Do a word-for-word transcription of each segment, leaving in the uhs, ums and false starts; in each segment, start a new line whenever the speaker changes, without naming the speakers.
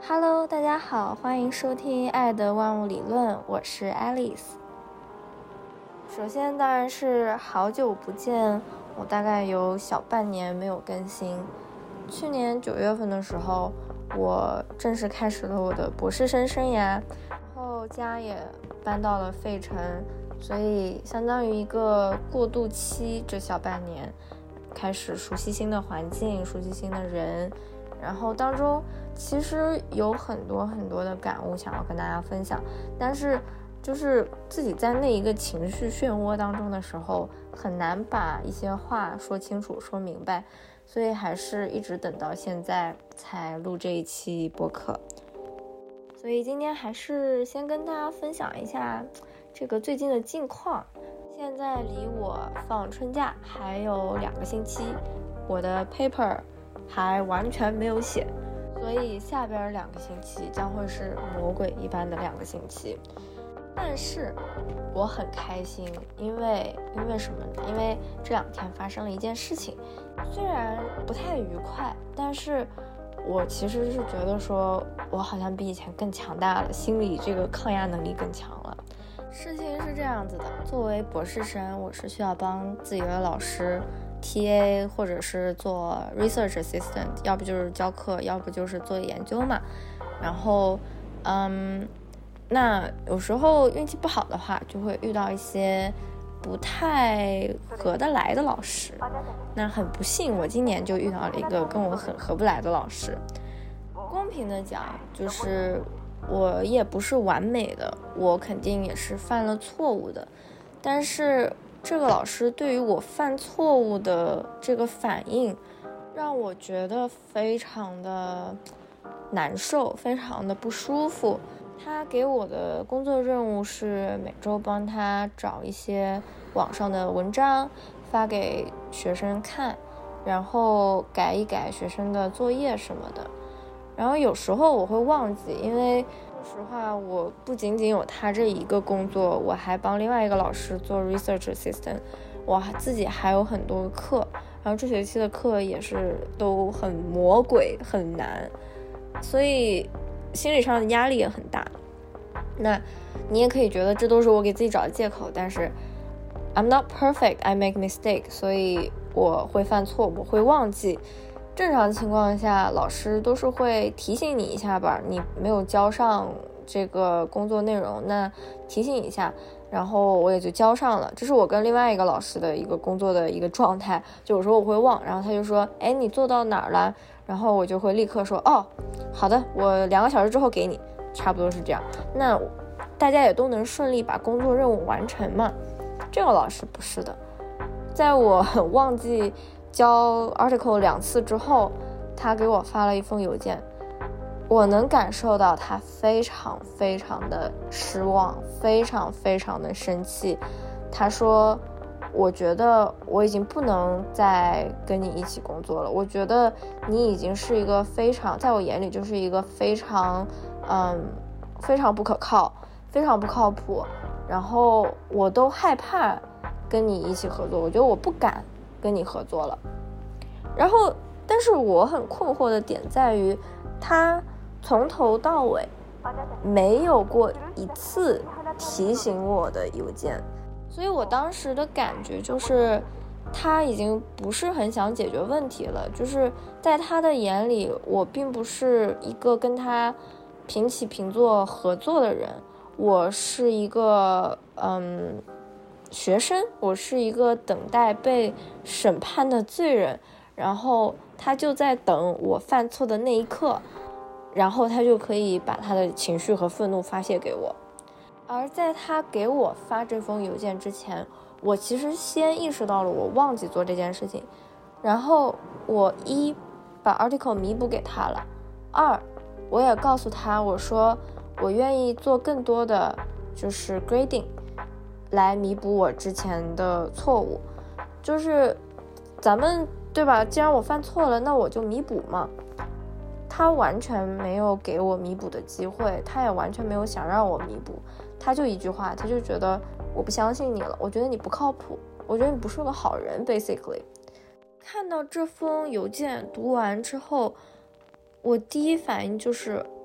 Hello， 大家好，欢迎收听《爱的万物理论》，我是 Alice。首先当然是好久不见，我大概有小半年没有更新。去年九月份的时候，我正式开始了我的博士生生涯，然后家也搬到了费城，所以相当于一个过渡期，这小半年开始熟悉新的环境，熟悉新的人，然后当中其实有很多很多的感悟想要跟大家分享，但是就是自己在那一个情绪漩涡当中的时候，很难把一些话说清楚说明白，所以还是一直等到现在才录这一期播客。所以今天还是先跟大家分享一下这个最近的近况。现在离我放春假还有两个星期，我的 paper 还完全没有写，所以下边两个星期将会是魔鬼一般的两个星期。但是我很开心，因为因为什么呢？因为这两天发生了一件事情，虽然不太愉快，但是我其实是觉得说我好像比以前更强大了，心理这个抗压能力更强了。事情是这样子的，作为博士生，我是需要帮自己的老师 T A 或者是做 research assistant， 要不就是教课，要不就是做研究嘛。然后嗯那有时候运气不好的话，就会遇到一些不太合得来的老师。那很不幸，我今年就遇到了一个跟我很合不来的老师。公平的讲，就是我也不是完美的，我肯定也是犯了错误的。但是这个老师对于我犯错误的这个反应，让我觉得非常的难受，非常的不舒服。他给我的工作任务是每周帮他找一些网上的文章发给学生看，然后改一改学生的作业什么的。然后有时候我会忘记，因为说实话我不仅仅有他这一个工作，我还帮另外一个老师做 research assistant， 我自己还有很多课，然后这学期的课也是都很魔鬼很难，所以心理上的压力也很大。那你也可以觉得这都是我给自己找的借口，但是 I'm not perfect, I make mistake， 所以我会犯错，我会忘记。正常情况下老师都是会提醒你一下吧，你没有交上这个工作内容，那提醒一下，然后我也就交上了。这是我跟另外一个老师的一个工作的一个状态，就有时候我会忘，然后他就说哎，你做到哪儿了，然后我就会立刻说哦，好的，我两个小时之后给你，差不多是这样。那大家也都能顺利把工作任务完成嘛。这个老师不是的，在我忘记交 article 两次之后，他给我发了一封邮件，我能感受到他非常非常的失望，非常非常的生气。他说我觉得我已经不能再跟你一起工作了，我觉得你已经是一个非常，在我眼里就是一个非常嗯非常不可靠，非常不靠谱，然后我都害怕跟你一起合作，我觉得我不敢跟你合作了。然后但是我很困惑的点在于，他从头到尾没有过一次提醒我的邮件，所以我当时的感觉就是他已经不是很想解决问题了，就是在他的眼里我并不是一个跟他平起平坐合作的人，我是一个嗯学生，我是一个等待被审判的罪人，然后他就在等我犯错的那一刻，然后他就可以把他的情绪和愤怒发泄给我。而在他给我发这封邮件之前，我其实先意识到了我忘记做这件事情，然后我一把 article 弥补给他了，二我也告诉他，我说我愿意做更多的就是 grading 来弥补我之前的错误，就是咱们对吧，既然我犯错了，那我就弥补嘛。他完全没有给我弥补的机会，他也完全没有想让我弥补，他就一句话，他就觉得我不相信你了，我觉得你不靠谱，我觉得你不是个好人 basically。 看到这封邮件读完之后，我第一反应就是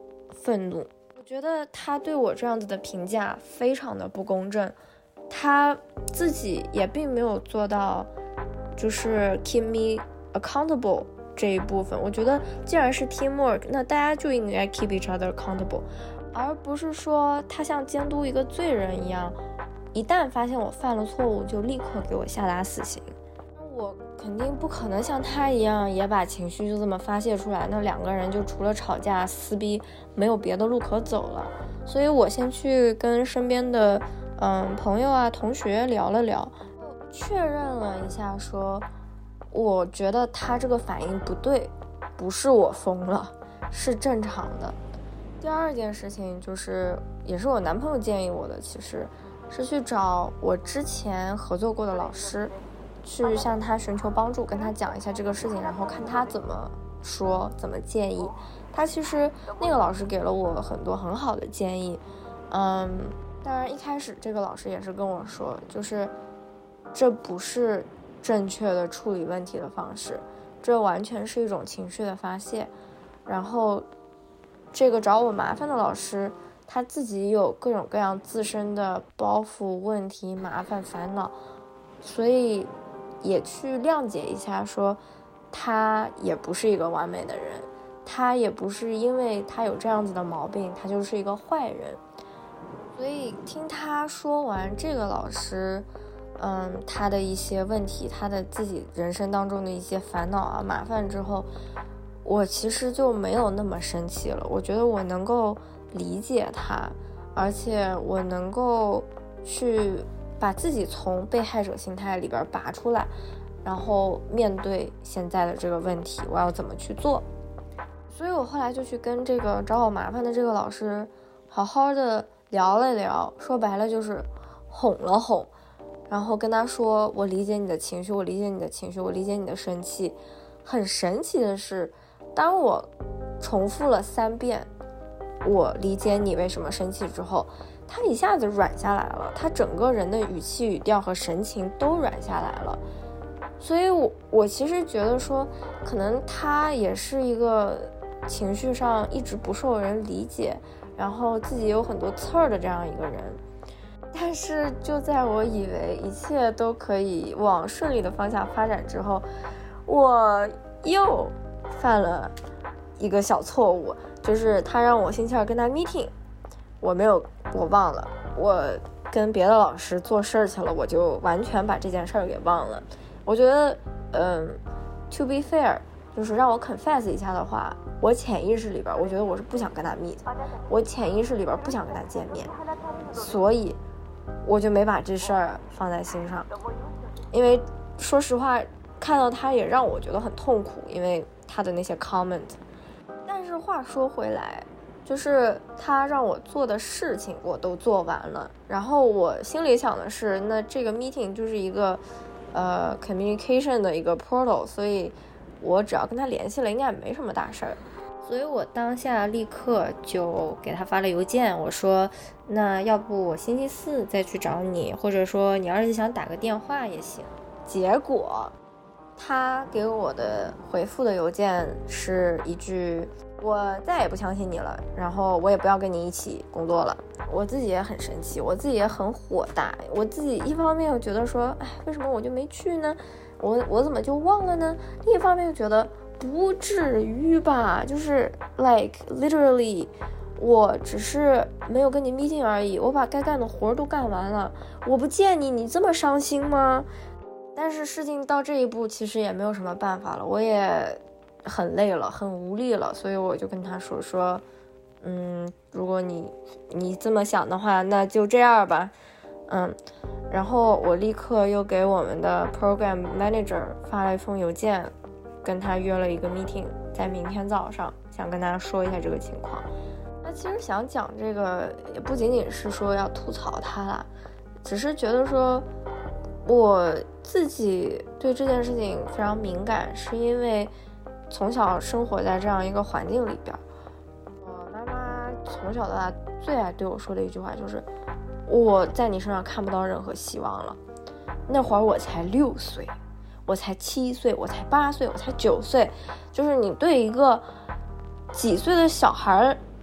愤怒。我觉得他对我这样子的评价非常的不公正，他自己也并没有做到就是 keep me accountable 这一部分。我觉得既然是 teamwork， 那大家就应该 keep each other accountable， 而不是说他像监督一个罪人一样，一旦发现我犯了错误就立刻给我下达死刑。我肯定不可能像他一样也把情绪就这么发泄出来，那两个人就除了吵架撕逼没有别的路可走了。所以我先去跟身边的嗯朋友啊同学聊了聊，确认了一下说我觉得他这个反应不对，不是我疯了，是正常的。第二件事情就是也是我男朋友建议我的，其实是去找我之前合作过的老师，去向他寻求帮助，跟他讲一下这个事情，然后看他怎么说怎么建议。他其实那个老师给了我很多很好的建议，嗯，当然一开始这个老师也是跟我说，就是这不是正确的处理问题的方式，这完全是一种情绪的发泄。然后这个找我麻烦的老师他自己有各种各样自身的包袱、问题、麻烦、烦恼，所以也去谅解一下，说他也不是一个完美的人，他也不是因为他有这样子的毛病他就是一个坏人。所以听他说完这个老师嗯，他的一些问题，他的自己人生当中的一些烦恼啊麻烦之后，我其实就没有那么生气了。我觉得我能够理解他，而且我能够去把自己从被害者心态里边拔出来，然后面对现在的这个问题我要怎么去做。所以我后来就去跟这个找我麻烦的这个老师好好的聊了聊，说白了就是哄了哄，然后跟他说我理解你的情绪，我理解你的情绪，我理解你的生气。很神奇的是，当我重复了三遍我理解你为什么生气之后，他一下子软下来了，他整个人的语气语调和神情都软下来了。所以我我其实觉得说可能他也是一个情绪上一直不受人理解，然后自己有很多刺儿的这样一个人。但是就在我以为一切都可以往顺利的方向发展之后，我又犯了一个小错误，就是他让我星期二跟他 meeting， 我没有，我忘了，我跟别的老师做事儿去了，我就完全把这件事儿给忘了。我觉得嗯 to be fair， 就是让我 confess 一下的话，我潜意识里边我觉得我是不想跟他 meet， 我潜意识里边不想跟他见面，所以我就没把这事儿放在心上。因为说实话看到他也让我觉得很痛苦，因为他的那些 comment。 但是话说回来，就是他让我做的事情我都做完了，然后我心里想的是那这个 meeting 就是一个呃 communication 的一个 portal， 所以我只要跟他联系了应该也没什么大事儿。所以我当下立刻就给他发了邮件，我说那要不我星期四再去找你，或者说你要是想打个电话也行。结果他给我的回复的邮件是一句我再也不相信你了，然后我也不要跟你一起工作了。我自己也很生气，我自己也很火大，我自己一方面又觉得说哎，为什么我就没去呢，我我怎么就忘了呢，另一方面又觉得不至于吧，就是 like literally 我只是没有跟你 meeting 而已，我把该干的活都干完了，我不见你你这么伤心吗？但是事情到这一步其实也没有什么办法了，我也很累了很无力了，所以我就跟他说说嗯，如果你你这么想的话那就这样吧。嗯，然后我立刻又给我们的 program manager 发了一封邮件，跟他约了一个 meeting， 在明天早上想跟大家说一下这个情况。那其实想讲这个也不仅仅是说要吐槽他啦，只是觉得说我自己对这件事情非常敏感，是因为从小生活在这样一个环境里边，我妈妈从小到大最爱对我说的一句话就是我在你身上看不到任何希望了。那会儿我才六岁，我才七岁，我才八岁，我才九岁，就是你对一个几岁的小孩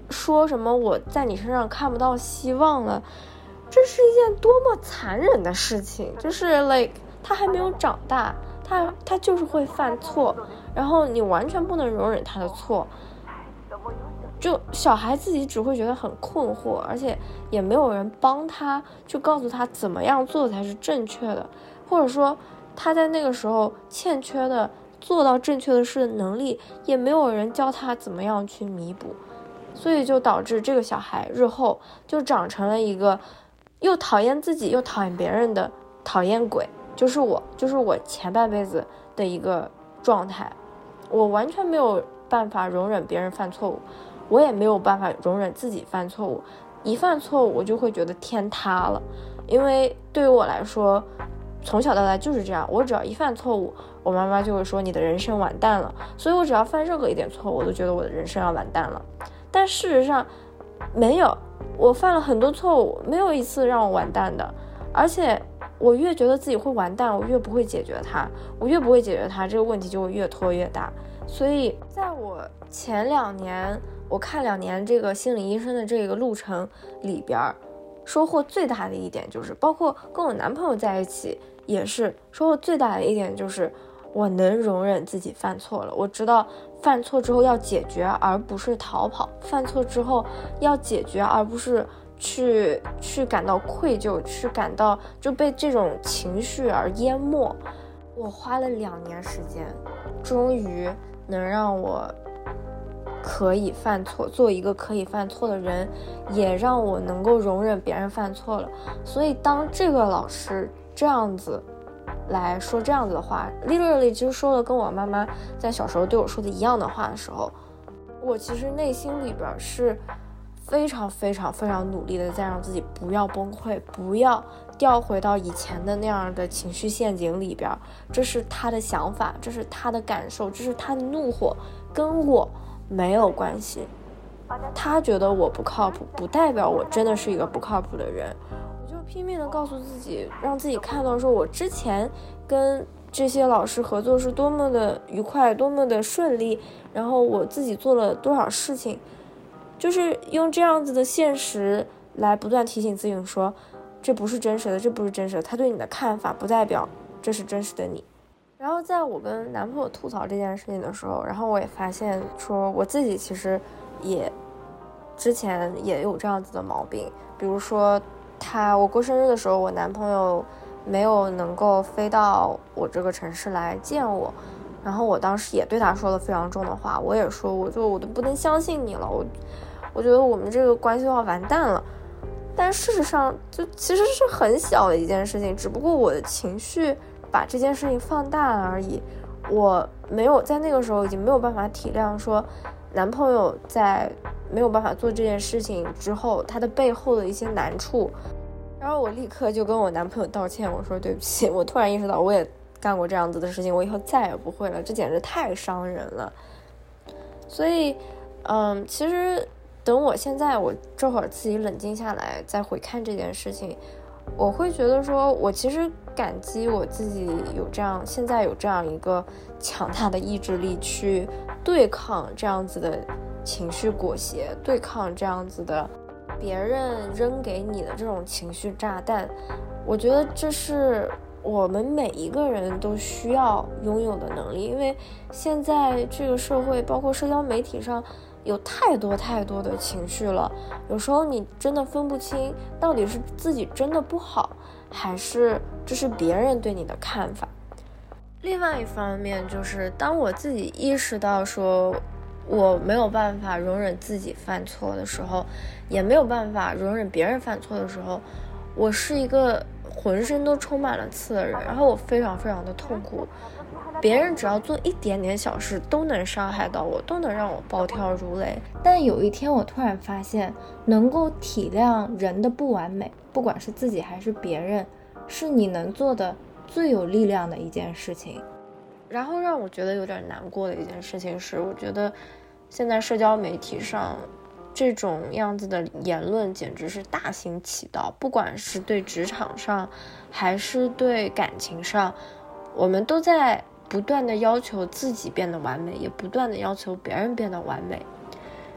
说什么我在你身上看不到希望了，这是一件多么残忍的事情。就是 like 他还没有长大，他他就是会犯错，然后你完全不能容忍他的错，就小孩自己只会觉得很困惑，而且也没有人帮他去告诉他怎么样做才是正确的，或者说他在那个时候欠缺的做到正确的事的能力，也没有人教他怎么样去弥补，所以就导致这个小孩日后就长成了一个又讨厌自己又讨厌别人的讨厌鬼，就是我就是我前半辈子的一个状态。我完全没有办法容忍别人犯错误，我也没有办法容忍自己犯错误，一犯错误我就会觉得天塌了。因为对于我来说，从小到大就是这样，我只要一犯错误，我妈妈就会说你的人生完蛋了，所以我只要犯任何一点错误，我都觉得我的人生要完蛋了。但事实上没有，我犯了很多错误，没有一次让我完蛋的，而且我越觉得自己会完蛋，我越不会解决它，我越不会解决它，这个问题就会越拖越大。所以在我前两年，我看两年这个心理医生的这个路程里边，收获最大的一点就是，包括跟我男朋友在一起也是收获最大的一点就是，我能容忍自己犯错了。我知道犯错之后要解决，而不是逃跑；犯错之后要解决，而不是去去感到愧疚，去感到就被这种情绪而淹没。我花了两年时间，终于能让我可以犯错，做一个可以犯错的人，也让我能够容忍别人犯错了。所以当这个老师这样子来说这样子的话 literally 就说了跟我妈妈在小时候对我说的一样的话的时候，我其实内心里边是非常非常非常努力的在让自己不要崩溃，不要掉回到以前的那样的情绪陷阱里边。这是他的想法，这是他的感受，这是他的怒火，跟我没有关系。他觉得我不靠谱，不代表我真的是一个不靠谱的人。我就拼命的告诉自己，让自己看到说我之前跟这些老师合作是多么的愉快，多么的顺利，然后我自己做了多少事情，就是用这样子的现实来不断提醒自己说，这不是真实的，这不是真实的，他对你的看法不代表这是真实的你。然后在我跟男朋友吐槽这件事情的时候，然后我也发现说我自己其实也之前也有这样子的毛病。比如说他我过生日的时候，我男朋友没有能够飞到我这个城市来见我，然后我当时也对他说了非常重的话，我也说我就我都不能相信你了，我我觉得我们这个关系要完蛋了。但事实上就其实是很小的一件事情，只不过我的情绪把这件事情放大了而已。我没有在那个时候已经没有办法体谅说男朋友在没有办法做这件事情之后他的背后的一些难处，然后我立刻就跟我男朋友道歉，我说对不起，我突然意识到我也干过这样子的事情，我以后再也不会了，这简直太伤人了。所以嗯，其实等我现在我这会儿自己冷静下来再回看这件事情，我会觉得说我其实感激我自己有这样现在有这样一个强大的意志力去对抗这样子的情绪裹挟，对抗这样子的别人扔给你的这种情绪炸弹。我觉得这是我们每一个人都需要拥有的能力，因为现在这个社会包括社交媒体上有太多太多的情绪了，有时候你真的分不清到底是自己真的不好，还是这是别人对你的看法。另外一方面就是当我自己意识到说我没有办法容忍自己犯错的时候，也没有办法容忍别人犯错的时候，我是一个浑身都充满了刺的人，然后我非常非常的痛苦，别人只要做一点点小事都能伤害到我，都能让我暴跳如雷。但有一天我突然发现，能够体谅人的不完美，不管是自己还是别人，是你能做的最有力量的一件事情。然后让我觉得有点难过的一件事情是，我觉得现在社交媒体上这种样子的言论简直是大行其道，不管是对职场上还是对感情上，我们都在不断的要求自己变得完美，也不断的要求别人变得完美。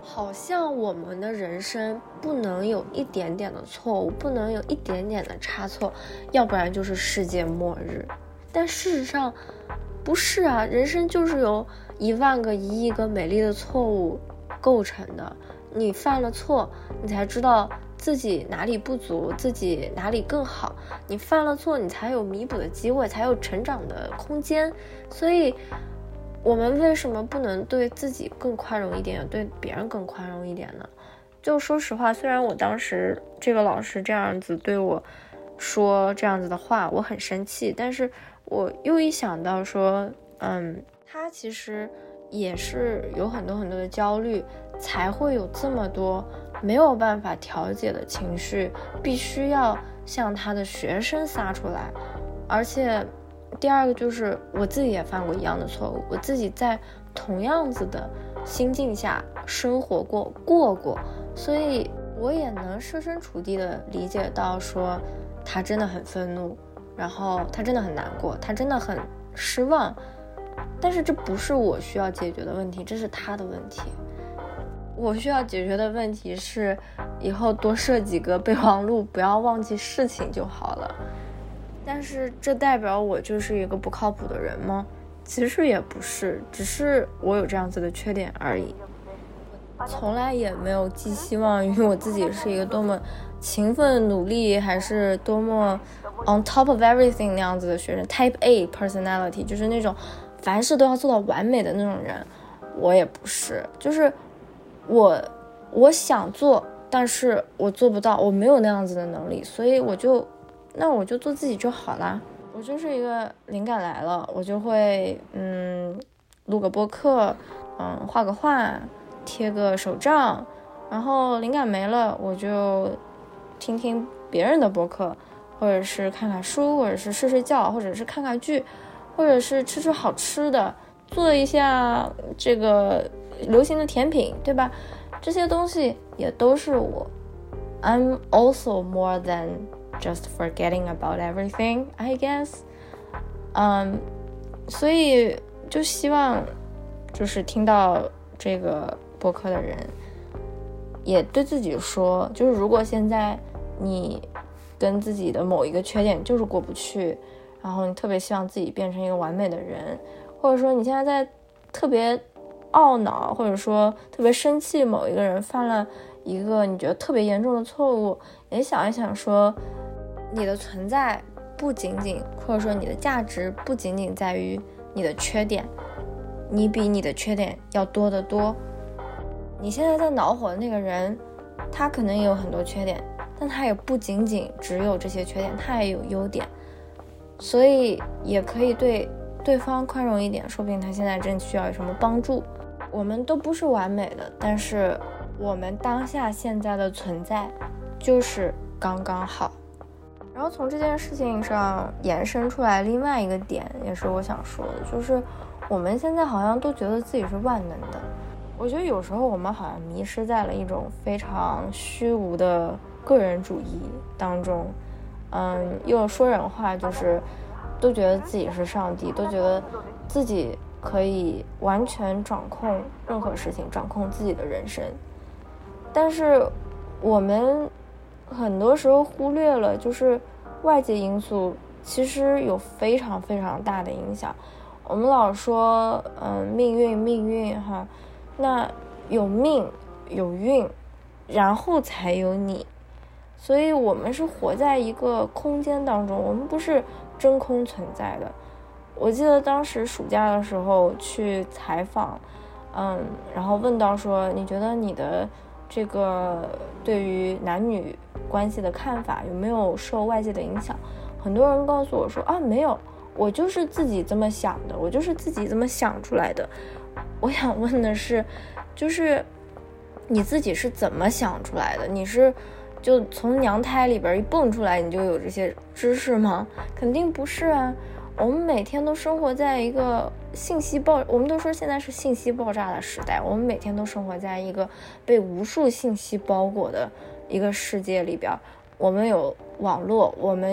好像我们的人生不能有一点点的错误，不能有一点点的差错，要不然就是世界末日。但事实上不是啊，人生就是由一万个一亿个美丽的错误构成的。你犯了错，你才知道自己哪里不足，自己哪里更好，你犯了错，你才有弥补的机会，才有成长的空间。所以我们为什么不能对自己更宽容一点，对别人更宽容一点呢？就说实话，虽然我当时这个老师这样子对我说这样子的话，我很生气，但是我又一想到说，嗯，他其实也是有很多很多的焦虑，才会有这么多没有办法调节的情绪，必须要向他的学生撒出来。而且第二个就是我自己也犯过一样的错误，我自己在同样子的心境下生活过过过，所以我也能设身处地的理解到说他真的很愤怒，然后他真的很难过，他真的很失望。但是这不是我需要解决的问题，这是他的问题。我需要解决的问题是以后多设几个备忘录，不要忘记事情就好了。但是这代表我就是一个不靠谱的人吗？其实也不是，只是我有这样子的缺点而已。从来也没有寄希望于我自己是一个多么勤奋努力，还是多么 on top of everything 那样子的学生， type A personality， 就是那种凡事都要做到完美的那种人。我也不是，就是我我想做，但是我做不到，我没有那样子的能力，所以我就那我就做自己就好啦。我就是一个灵感来了，我就会嗯录个播客，嗯画个画，贴个手账，然后灵感没了，我就听听别人的播客，或者是看看书，或者是睡睡觉，或者是看看剧，或者是吃吃好吃的，做一下这个流行的甜品，对吧？这些东西也都是我。I'm also more than just forgetting about everything, I guess. 嗯，所以就希望就是听到这个播客的人也对自己说，就是如果现在你跟自己的某一个缺点就是过不去，然后你特别希望自己变成一个完美的人，或者说你现在在特别懊恼，或者说特别生气某一个人犯了一个你觉得特别严重的错误，也想一想说你的存在不仅仅，或者说你的价值不仅仅在于你的缺点，你比你的缺点要多得多。你现在在恼火的那个人，他可能也有很多缺点，但他也不仅仅只有这些缺点，他也有优点，所以也可以对对方宽容一点，说不定他现在正需要有什么帮助。我们都不是完美的，但是我们当下现在的存在就是刚刚好。然后从这件事情上延伸出来另外一个点，也是我想说的，就是我们现在好像都觉得自己是万能的。我觉得有时候我们好像迷失在了一种非常虚无的个人主义当中，嗯，用说人话就是都觉得自己是上帝，都觉得自己可以完全掌控任何事情，掌控自己的人生。但是我们很多时候忽略了，就是外界因素其实有非常非常大的影响。我们老说嗯，命运命运哈，那有命有运，然后才有你。所以我们是活在一个空间当中，我们不是真空存在的。我记得当时暑假的时候去采访，嗯，然后问到说你觉得你的这个对于男女关系的看法有没有受外界的影响？很多人告诉我说啊，没有，我就是自己这么想的，我就是自己这么想出来的。我想问的是，就是你自己是怎么想出来的？你是就从娘胎里边一蹦出来你就有这些知识吗？肯定不是啊。我们每天都生活在一个信息爆，我们都说现在是信息爆炸的时代，我们每天都生活在一个被无数信息包裹的一个世界里边。我们有网络，我们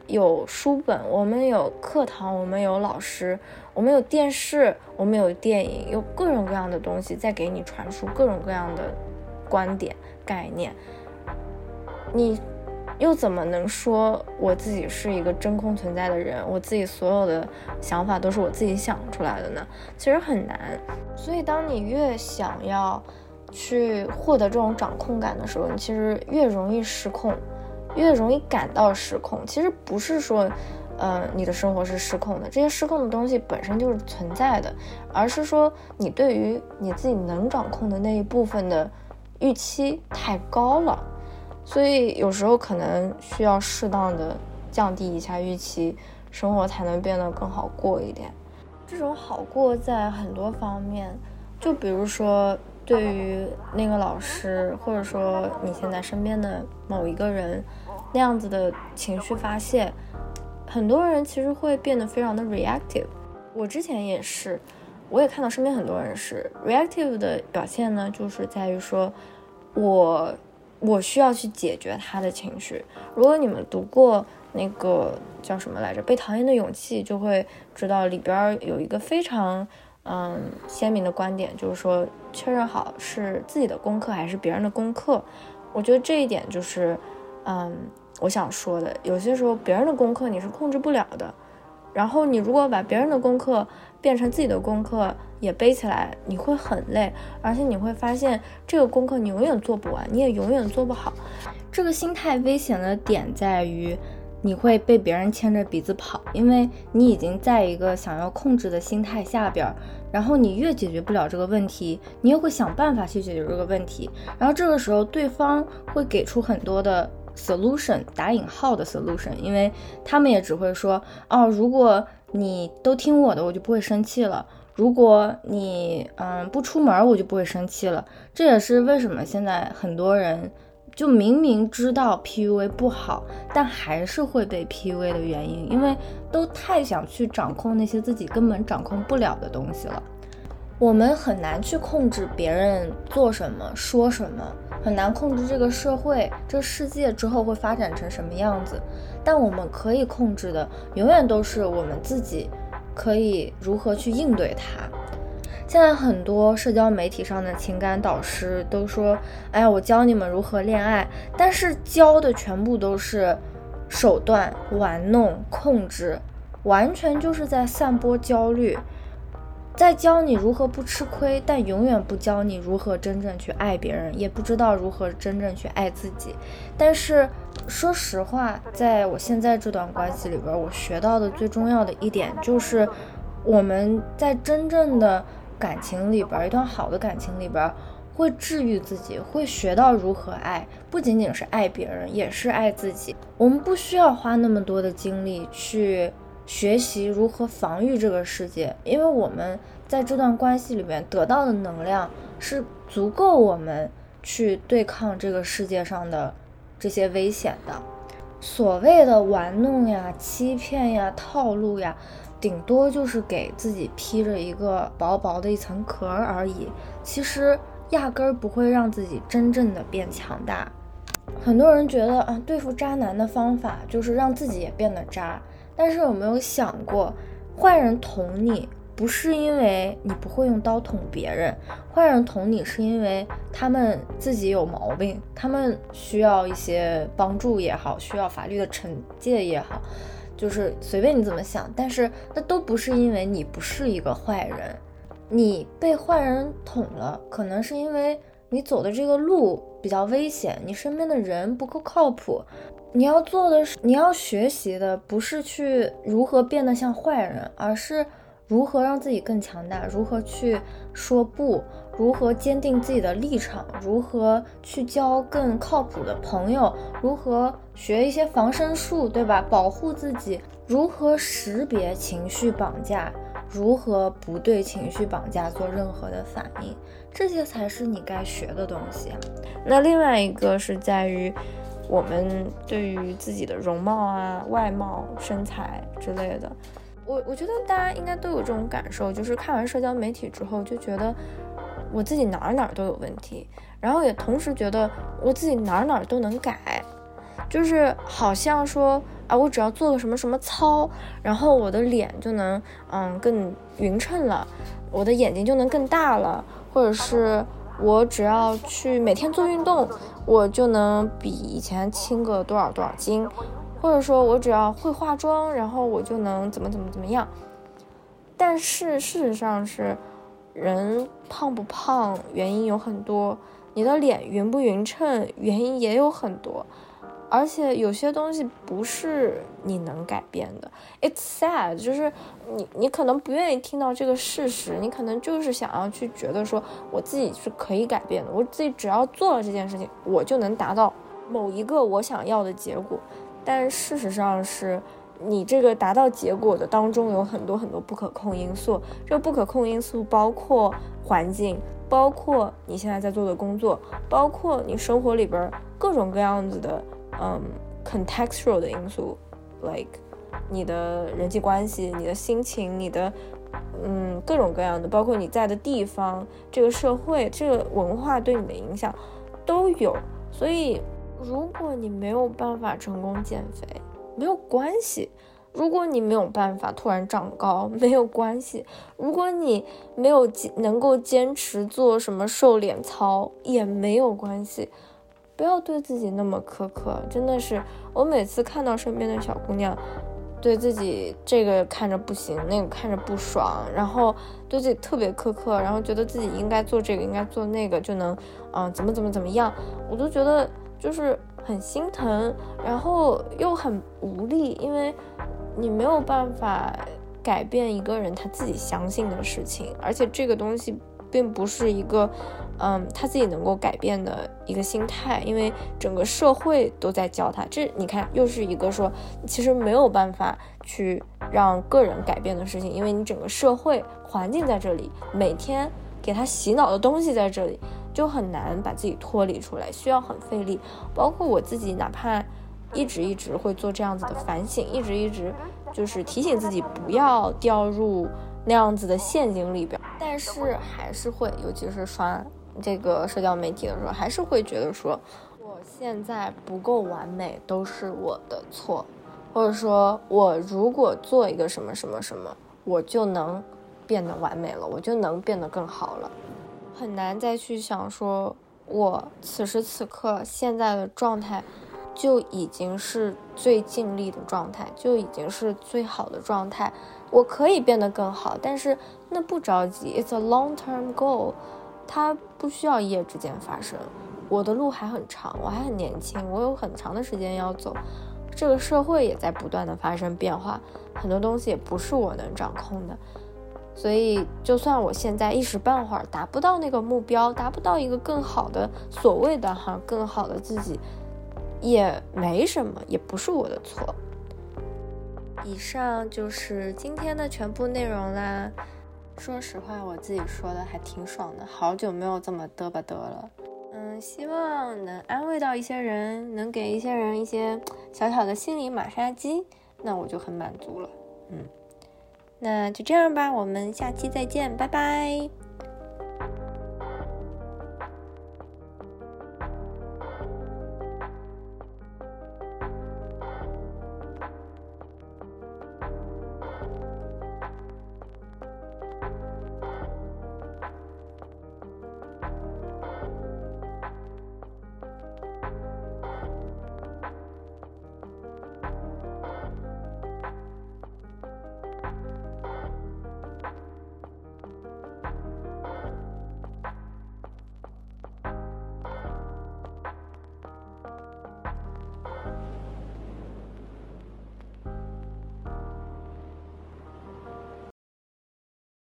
有书本，我们有课堂，我们有老师，我们有电视，我们有电影，有各种各样的东西在给你传输各种各样的观点概念，你又怎么能说我自己是一个真空存在的人，我自己所有的想法都是我自己想出来的呢？其实很难。所以当你越想要去获得这种掌控感的时候，你其实越容易失控，越容易感到失控。其实不是说呃，你的生活是失控的，这些失控的东西本身就是存在的，而是说你对于你自己能掌控的那一部分的预期太高了，所以有时候可能需要适当的降低一下预期，生活才能变得更好过一点。这种好过在很多方面，就比如说对于那个老师，或者说你现在身边的某一个人那样子的情绪发泄，很多人其实会变得非常的 reactive。 我之前也是，我也看到身边很多人是 reactive 的表现呢，就是在于说我我需要去解决他的情绪。如果你们读过那个叫什么来着，被讨厌的勇气，就会知道里边有一个非常嗯鲜明的观点，就是说确认好是自己的功课还是别人的功课。我觉得这一点就是嗯我想说的，有些时候别人的功课你是控制不了的，然后你如果把别人的功课变成自己的功课也背起来，你会很累，而且你会发现这个功课你永远做不完，你也永远做不好。这个心态危险的点在于你会被别人牵着鼻子跑，因为你已经在一个想要控制的心态下边，然后你越解决不了这个问题，你又会想办法去解决这个问题，然后这个时候对方会给出很多的 solution， 打引号的 solution， 因为他们也只会说哦，如果你都听我的，我就不会生气了，如果你嗯不出门，我就不会生气了。这也是为什么现在很多人就明明知道 P U A 不好，但还是会被 P U A 的原因，因为都太想去掌控那些自己根本掌控不了的东西了。我们很难去控制别人做什么说什么，很难控制这个社会这个世界之后会发展成什么样子，但我们可以控制的永远都是我们自己可以如何去应对它。现在很多社交媒体上的情感导师都说，哎呀，我教你们如何恋爱，但是教的全部都是手段、玩弄、控制，完全就是在散播焦虑，在教你如何不吃亏，但永远不教你如何真正去爱别人，也不知道如何真正去爱自己。但是说实话，在我现在这段关系里边，我学到的最重要的一点就是我们在真正的感情里边，一段好的感情里边，会治愈自己，会学到如何爱，不仅仅是爱别人，也是爱自己。我们不需要花那么多的精力去学习如何防御这个世界，因为我们在这段关系里面得到的能量是足够我们去对抗这个世界上的这些危险的。所谓的玩弄呀、欺骗呀、套路呀，顶多就是给自己披着一个薄薄的一层壳而已，其实压根儿不会让自己真正的变强大。很多人觉得啊，对付渣男的方法就是让自己也变得渣，但是有没有想过，坏人捅你不是因为你不会用刀捅别人，坏人捅你是因为他们自己有毛病，他们需要一些帮助也好，需要法律的惩戒也好，就是随便你怎么想，但是那都不是因为你不是一个坏人。你被坏人捅了，可能是因为你走的这个路比较危险，你身边的人不够靠谱。你要做的是，你要学习的不是去如何变得像坏人，而是如何让自己更强大，如何去说不，如何坚定自己的立场，如何去交更靠谱的朋友，如何学一些防身术，对吧？保护自己，如何识别情绪绑架，如何不对情绪绑架做任何的反应，这些才是你该学的东西。那另外一个是在于我们对于自己的容貌啊、外貌、身材之类的，我我觉得大家应该都有这种感受，就是看完社交媒体之后就觉得我自己哪儿哪儿都有问题，然后也同时觉得我自己哪儿哪儿都能改，就是好像说啊，我只要做个什么什么操，然后我的脸就能嗯更匀称了，我的眼睛就能更大了，或者是我只要去每天做运动，我就能比以前轻个多少多少斤，或者说我只要会化妆，然后我就能怎么怎么怎么样。但是事实上是，人胖不胖原因有很多，你的脸匀不匀称原因也有很多，而且有些东西不是你能改变的。 It's sad， 就是你你可能不愿意听到这个事实，你可能就是想要去觉得说我自己是可以改变的，我自己只要做了这件事情，我就能达到某一个我想要的结果。但事实上是，你这个达到结果的当中有很多很多不可控因素，这个不可控因素包括环境，包括你现在在做的工作，包括你生活里边各种各样子的嗯 contextual 的因素 like 你的人际关系，你的心情，你的嗯各种各样的，包括你在的地方，这个社会，这个文化对你的影响都有。所以如果你没有办法成功减肥没有关系，如果你没有办法突然长高没有关系，如果你没有能够坚持做什么瘦脸操也没有关系。不要对自己那么苛刻，真的是我每次看到身边的小姑娘对自己这个看着不行，那个看着不爽，然后对自己特别苛刻，然后觉得自己应该做这个应该做那个就能嗯、呃、怎么怎么怎么样，我都觉得就是很心疼，然后又很无力，因为你没有办法改变一个人他自己相信的事情，而且这个东西并不是一个嗯他自己能够改变的一个心态，因为整个社会都在教他，这你看又是一个说其实没有办法去让个人改变的事情，因为你整个社会环境在这里，每天给他洗脑的东西在这里，就很难把自己脱离出来，需要很费力。包括我自己哪怕一直一直会做这样子的反省，一直一直就是提醒自己不要掉入那样子的陷阱里边，但是还是会，尤其是刷这个社交媒体的时候，还是会觉得说我现在不够完美都是我的错，或者说我如果做一个什么什么什么，我就能变得完美了，我就能变得更好了。很难再去想说我此时此刻现在的状态就已经是最尽力的状态，就已经是最好的状态，我可以变得更好，但是那不着急， It's a long-term goal， 它不需要一夜之间发生，我的路还很长，我还很年轻，我有很长的时间要走，这个社会也在不断的发生变化，很多东西也不是我能掌控的，所以就算我现在一时半会儿达不到那个目标，达不到一个更好的所谓的哈更好的自己，也没什么，也不是我的错。以上就是今天的全部内容啦。说实话，我自己说的还挺爽的，好久没有这么嘚吧嘚了。嗯，希望能安慰到一些人，能给一些人一些小小的心理马杀鸡，那我就很满足了。嗯，那就这样吧，我们下期再见，拜拜。